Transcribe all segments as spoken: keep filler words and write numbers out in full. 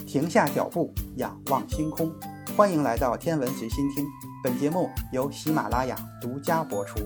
停下脚步，仰望星空。欢迎来到天文随心听，本节目由喜马拉雅独家播出。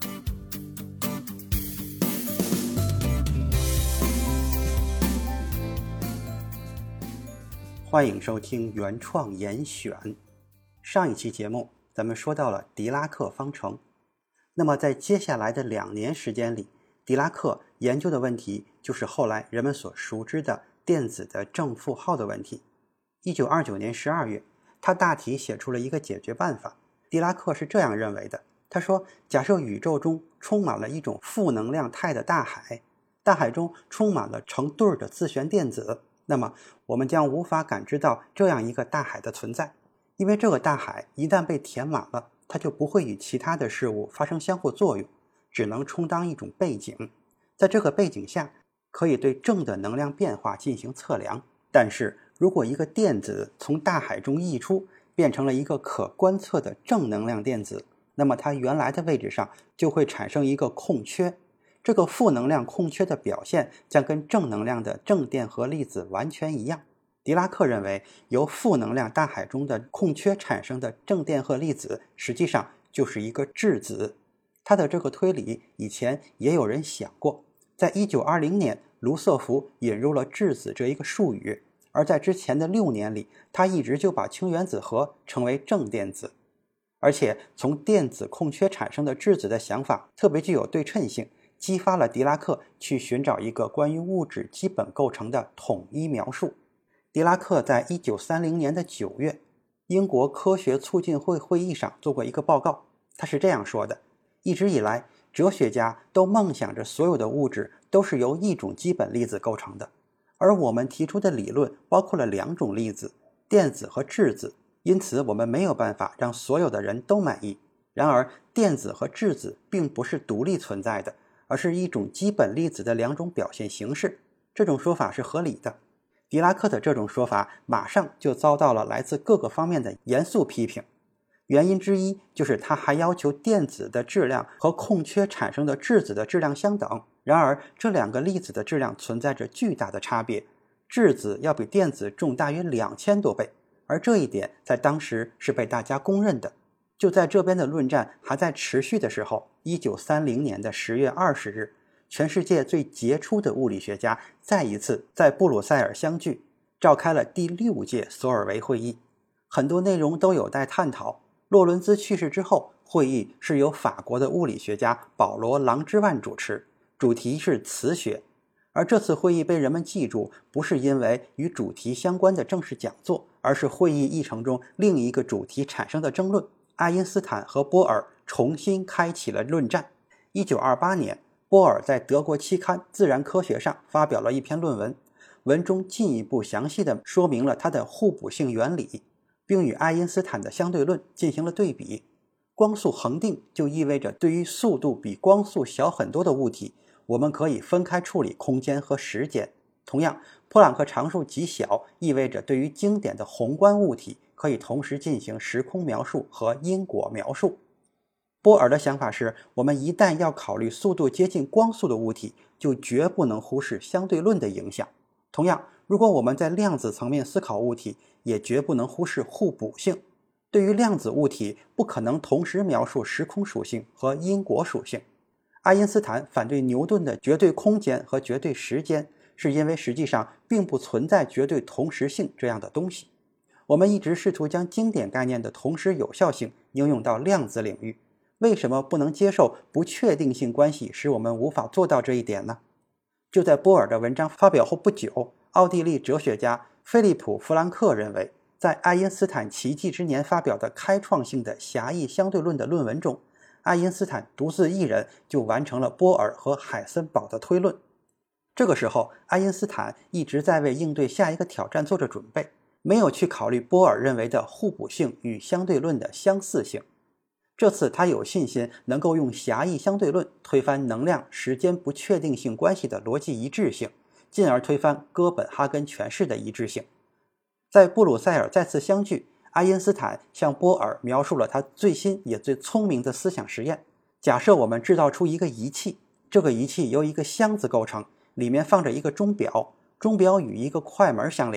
欢迎收听原创严选。上一期节目咱们说到了狄拉克方程，那么在接下来的两年时间里，狄拉克研究的问题就是后来人们所熟知的电子的正负号的问题。一九二九年十二月，他大体写出了一个解决办法。狄拉克是这样认为的，他说，假设宇宙中充满了一种负能量态的大海，大海中充满了成对的自旋电子，那么我们将无法感知到这样一个大海的存在，因为这个大海一旦被填满了，它就不会与其他的事物发生相互作用，只能充当一种背景。在这个背景下，可以对正的能量变化进行测量。但是如果一个电子从大海中溢出，变成了一个可观测的正能量电子，那么它原来的位置上就会产生一个空缺。这个负能量空缺的表现将跟正能量的正电荷粒子完全一样。狄拉克认为，由负能量大海中的空缺产生的正电荷粒子实际上就是一个质子。他的这个推理以前也有人想过，在一九二零年，卢瑟福引入了质子这一个术语，而在之前的六年里，他一直就把氢原子核称为正电子。而且从电子空缺产生的质子的想法特别具有对称性，激发了狄拉克去寻找一个关于物质基本构成的统一描述。狄拉克在一九三零年的九月，英国科学促进会会议上做过一个报告，他是这样说的，一直以来哲学家都梦想着所有的物质都是由一种基本粒子构成的，而我们提出的理论包括了两种粒子，电子和质子，因此我们没有办法让所有的人都满意。然而电子和质子并不是独立存在的，而是一种基本粒子的两种表现形式，这种说法是合理的。狄拉克的这种说法马上就遭到了来自各个方面的严肃批评，原因之一就是他还要求电子的质量和空缺产生的质子的质量相等，然而这两个粒子的质量存在着巨大的差别，质子要比电子重大约两千多倍，而这一点在当时是被大家公认的。就在这边的论战还在持续的时候，一九三零年的十月二十日，全世界最杰出的物理学家再一次在布鲁塞尔相聚，召开了第六届索尔维会议。很多内容都有待探讨。洛伦兹去世之后，会议是由法国的物理学家保罗·朗之万主持，主题是磁学。而这次会议被人们记住，不是因为与主题相关的正式讲座，而是会议议程中另一个主题产生的争论。爱因斯坦和波尔重新开启了论战。一九二八年，波尔在德国期刊《自然科学》上发表了一篇论文，文中进一步详细地说明了它的互补性原理，并与爱因斯坦的相对论进行了对比。光速恒定就意味着对于速度比光速小很多的物体，我们可以分开处理空间和时间。同样，普朗克常数极小意味着对于经典的宏观物体可以同时进行时空描述和因果描述。波尔的想法是，我们一旦要考虑速度接近光速的物体，就绝不能忽视相对论的影响。同样，如果我们在量子层面思考物体，也绝不能忽视互补性。对于量子物体，不可能同时描述时空属性和因果属性。爱因斯坦反对牛顿的绝对空间和绝对时间，是因为实际上并不存在绝对同时性这样的东西。我们一直试图将经典概念的同时有效性应用到量子领域，为什么不能接受不确定性关系使我们无法做到这一点呢？就在波尔的文章发表后不久，奥地利哲学家菲利普·弗兰克认为，在爱因斯坦奇迹之年发表的开创性的狭义相对论的论文中，爱因斯坦独自一人就完成了波尔和海森堡的推论。这个时候，爱因斯坦一直在为应对下一个挑战做着准备，没有去考虑波尔认为的互补性与相对论的相似性。这次他有信心能够用狭义相对论推翻能量时间不确定性关系的逻辑一致性，进而推翻哥本哈根诠释的一致性。在布鲁塞尔再次相聚，爱因斯坦向波尔描述了他最新也最聪明的思想实验。假设我们制造出一个仪器，这个仪器由一个箱子构成，里面放着一个钟表，钟表与一个快门相连，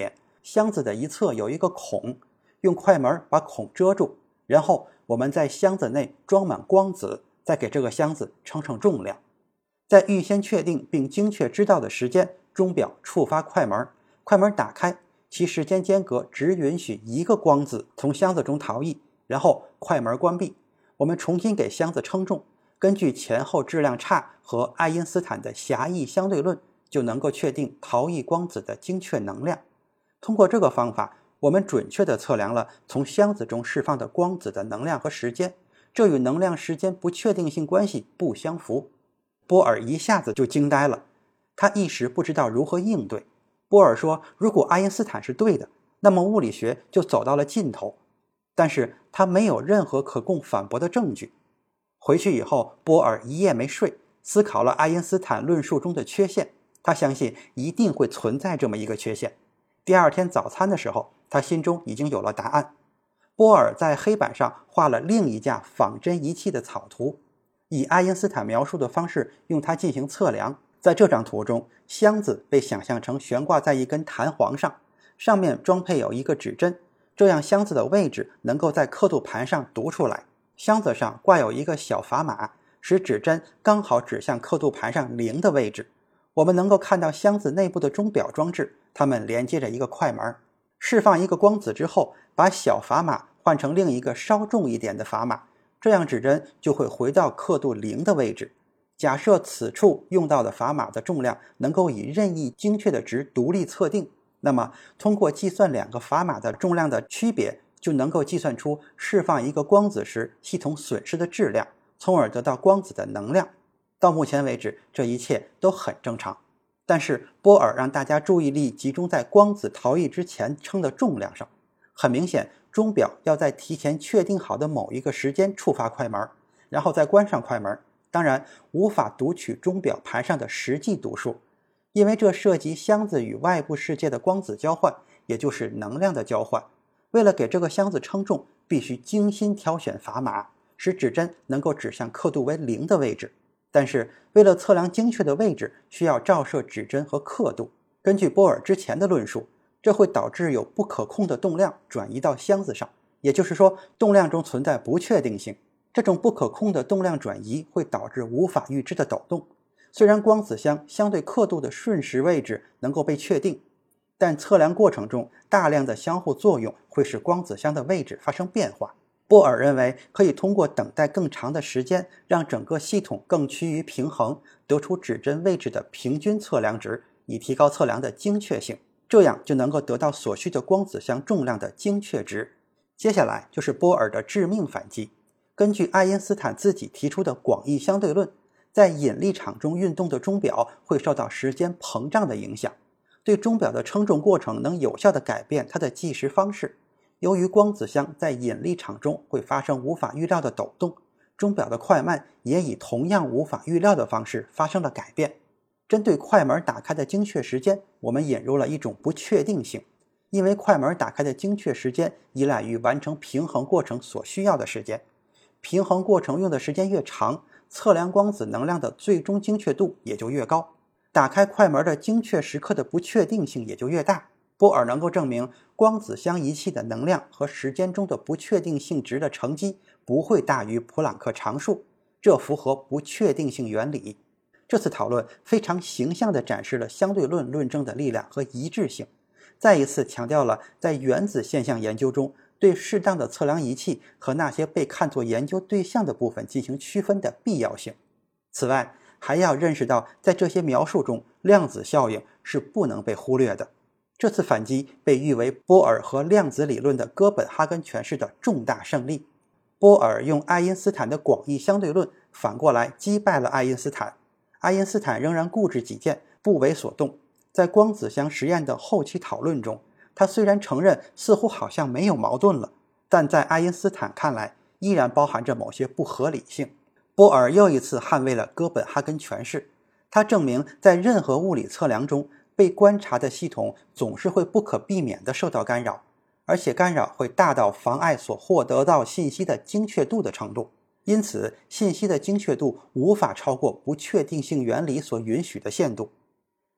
箱子的一侧有一个孔，用快门把孔遮住，然后我们在箱子内装满光子，再给这个箱子称称重量。在预先确定并精确知道的时间，钟表触发快门，快门打开，其时间间隔只允许一个光子从箱子中逃逸，然后快门关闭，我们重新给箱子称重，根据前后质量差和爱因斯坦的狭义相对论，就能够确定逃逸光子的精确能量。通过这个方法，我们准确地测量了从箱子中释放的光子的能量和时间，这与能量时间不确定性关系不相符。波尔一下子就惊呆了，他一时不知道如何应对。波尔说，如果爱因斯坦是对的，那么物理学就走到了尽头，但是他没有任何可供反驳的证据。回去以后，波尔一夜没睡，思考了爱因斯坦论述中的缺陷，他相信一定会存在这么一个缺陷。第二天早餐的时候，他心中已经有了答案。波尔在黑板上画了另一架仿真仪器的草图，以爱因斯坦描述的方式用它进行测量。在这张图中，箱子被想象成悬挂在一根弹簧上，上面装配有一个指针，这样箱子的位置能够在刻度盘上读出来。箱子上挂有一个小砝码，使指针刚好指向刻度盘上零的位置。我们能够看到箱子内部的钟表装置，它们连接着一个快门，释放一个光子之后，把小砝码换成另一个稍重一点的砝码，这样指针就会回到刻度零的位置。假设此处用到的砝码的重量能够以任意精确的值独立测定，那么通过计算两个砝码的重量的区别，就能够计算出释放一个光子时系统损失的质量，从而得到光子的能量。到目前为止，这一切都很正常。但是波尔让大家注意力集中在光子逃逸之前称的重量上。很明显，钟表要在提前确定好的某一个时间触发快门，然后再关上快门，当然无法读取钟表盘上的实际读数，因为这涉及箱子与外部世界的光子交换，也就是能量的交换。为了给这个箱子称重，必须精心挑选砝码，使指针能够指向刻度为零的位置。但是为了测量精确的位置，需要照射指针和刻度。根据波尔之前的论述，这会导致有不可控的动量转移到箱子上，也就是说，动量中存在不确定性。这种不可控的动量转移会导致无法预知的抖动。虽然光子箱相对刻度的瞬时位置能够被确定，但测量过程中大量的相互作用会使光子箱的位置发生变化。波尔认为可以通过等待更长的时间，让整个系统更趋于平衡，得出指针位置的平均测量值，以提高测量的精确性，这样就能够得到所需的光子箱重量的精确值。接下来就是波尔的致命反击。根据爱因斯坦自己提出的广义相对论，在引力场中运动的钟表会受到时间膨胀的影响，对钟表的称重过程能有效地改变它的计时方式。由于光子箱在引力场中会发生无法预料的抖动，钟表的快慢也以同样无法预料的方式发生了改变。针对快门打开的精确时间，我们引入了一种不确定性，因为快门打开的精确时间依赖于完成平衡过程所需要的时间。平衡过程用的时间越长，测量光子能量的最终精确度也就越高，打开快门的精确时刻的不确定性也就越大。波尔能够证明光子箱仪器的能量和时间中的不确定性值的乘积不会大于普朗克常数，这符合不确定性原理。这次讨论非常形象地展示了相对论论证的力量和一致性，再一次强调了在原子现象研究中对适当的测量仪器和那些被看作研究对象的部分进行区分的必要性。此外，还要认识到在这些描述中，量子效应是不能被忽略的。这次反击被誉为波尔和量子理论的哥本哈根诠释的重大胜利。波尔用爱因斯坦的广义相对论反过来击败了爱因斯坦，爱因斯坦仍然固执己见，不为所动。在光子箱实验的后期讨论中，他虽然承认似乎好像没有矛盾了，但在爱因斯坦看来依然包含着某些不合理性。波尔又一次捍卫了哥本哈根诠释，他证明在任何物理测量中，被观察的系统总是会不可避免地受到干扰，而且干扰会大到妨碍所获得到信息的精确度的程度。因此，信息的精确度无法超过不确定性原理所允许的限度。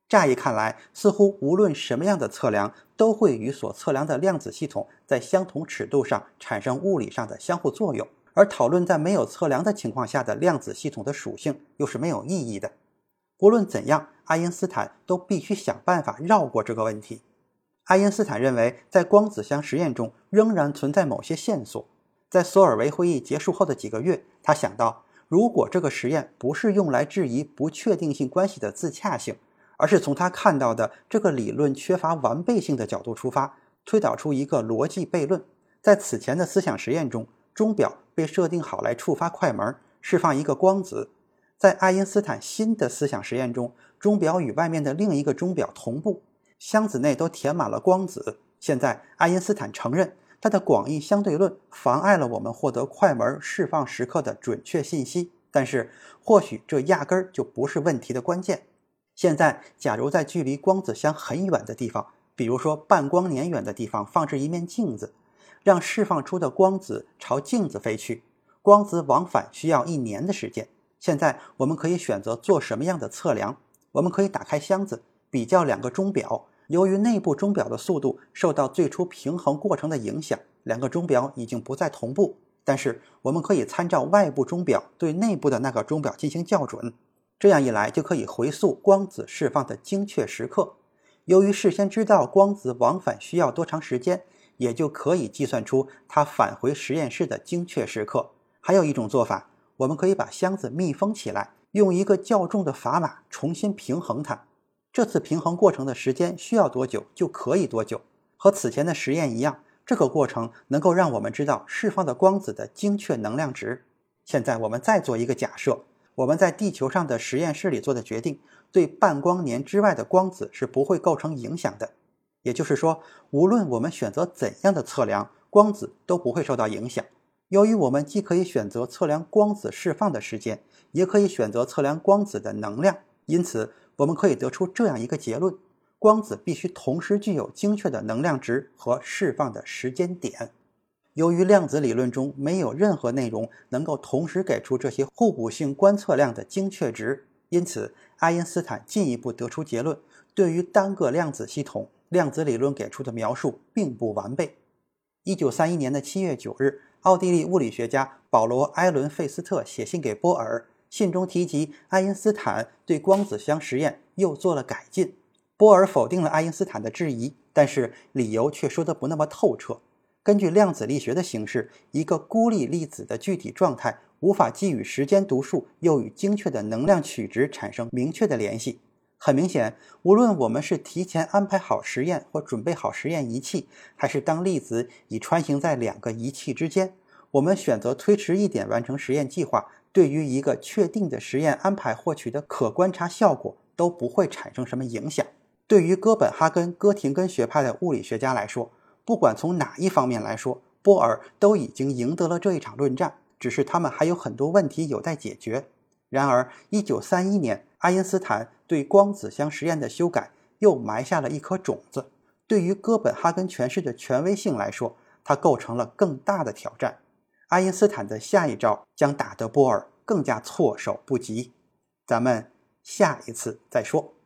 乍一看来，似乎无论什么样的测量都会与所测量的量子系统在相同尺度上产生物理上的相互作用，而讨论在没有测量的情况下的量子系统的属性又是没有意义的。无论怎样，爱因斯坦都必须想办法绕过这个问题。爱因斯坦认为，在光子箱实验中仍然存在某些线索。在索尔维会议结束后的几个月，他想到，如果这个实验不是用来质疑不确定性关系的自洽性，而是从他看到的这个理论缺乏完备性的角度出发，推导出一个逻辑悖论。在此前的思想实验中，钟表被设定好来触发快门，释放一个光子。在爱因斯坦新的思想实验中，钟表与外面的另一个钟表同步，箱子内都填满了光子。现在爱因斯坦承认，他的广义相对论妨碍了我们获得快门释放时刻的准确信息，但是或许这压根儿就不是问题的关键。现在假如在距离光子箱很远的地方，比如说半光年远的地方放置一面镜子，让释放出的光子朝镜子飞去，光子往返需要一年的时间。现在我们可以选择做什么样的测量？我们可以打开箱子，比较两个钟表。由于内部钟表的速度受到最初平衡过程的影响，两个钟表已经不再同步，但是我们可以参照外部钟表对内部的那个钟表进行校准，这样一来就可以回溯光子释放的精确时刻。由于事先知道光子往返需要多长时间，也就可以计算出它返回实验室的精确时刻。还有一种做法，我们可以把箱子密封起来，用一个较重的砝码重新平衡它。这次平衡过程的时间需要多久就可以多久。和此前的实验一样，这个过程能够让我们知道释放的光子的精确能量值。现在我们再做一个假设，我们在地球上的实验室里做的决定，对半光年之外的光子是不会构成影响的。也就是说，无论我们选择怎样的测量，光子都不会受到影响。由于我们既可以选择测量光子释放的时间，也可以选择测量光子的能量，因此我们可以得出这样一个结论：光子必须同时具有精确的能量值和释放的时间点。由于量子理论中没有任何内容能够同时给出这些互补性观测量的精确值，因此爱因斯坦进一步得出结论，对于单个量子系统，量子理论给出的描述并不完备。一九三一年的七月九日，奥地利物理学家保罗·埃伦费斯特写信给波尔，信中提及爱因斯坦对光子箱实验又做了改进。波尔否定了爱因斯坦的质疑，但是理由却说得不那么透彻。根据量子力学的形式，一个孤立粒子的具体状态无法既与时间读数又与精确的能量取值产生明确的联系。很明显，无论我们是提前安排好实验或准备好实验仪器，还是当粒子已穿行在两个仪器之间，我们选择推迟一点完成实验计划，对于一个确定的实验安排获取的可观察效果都不会产生什么影响。对于哥本哈根、哥廷根学派的物理学家来说，不管从哪一方面来说，波尔都已经赢得了这一场论战，只是他们还有很多问题有待解决。然而一九三一年，爱因斯坦对光子箱实验的修改又埋下了一颗种子。对于哥本哈根诠释的权威性来说，它构成了更大的挑战。爱因斯坦的下一招将打得波尔更加措手不及。咱们下一次再说。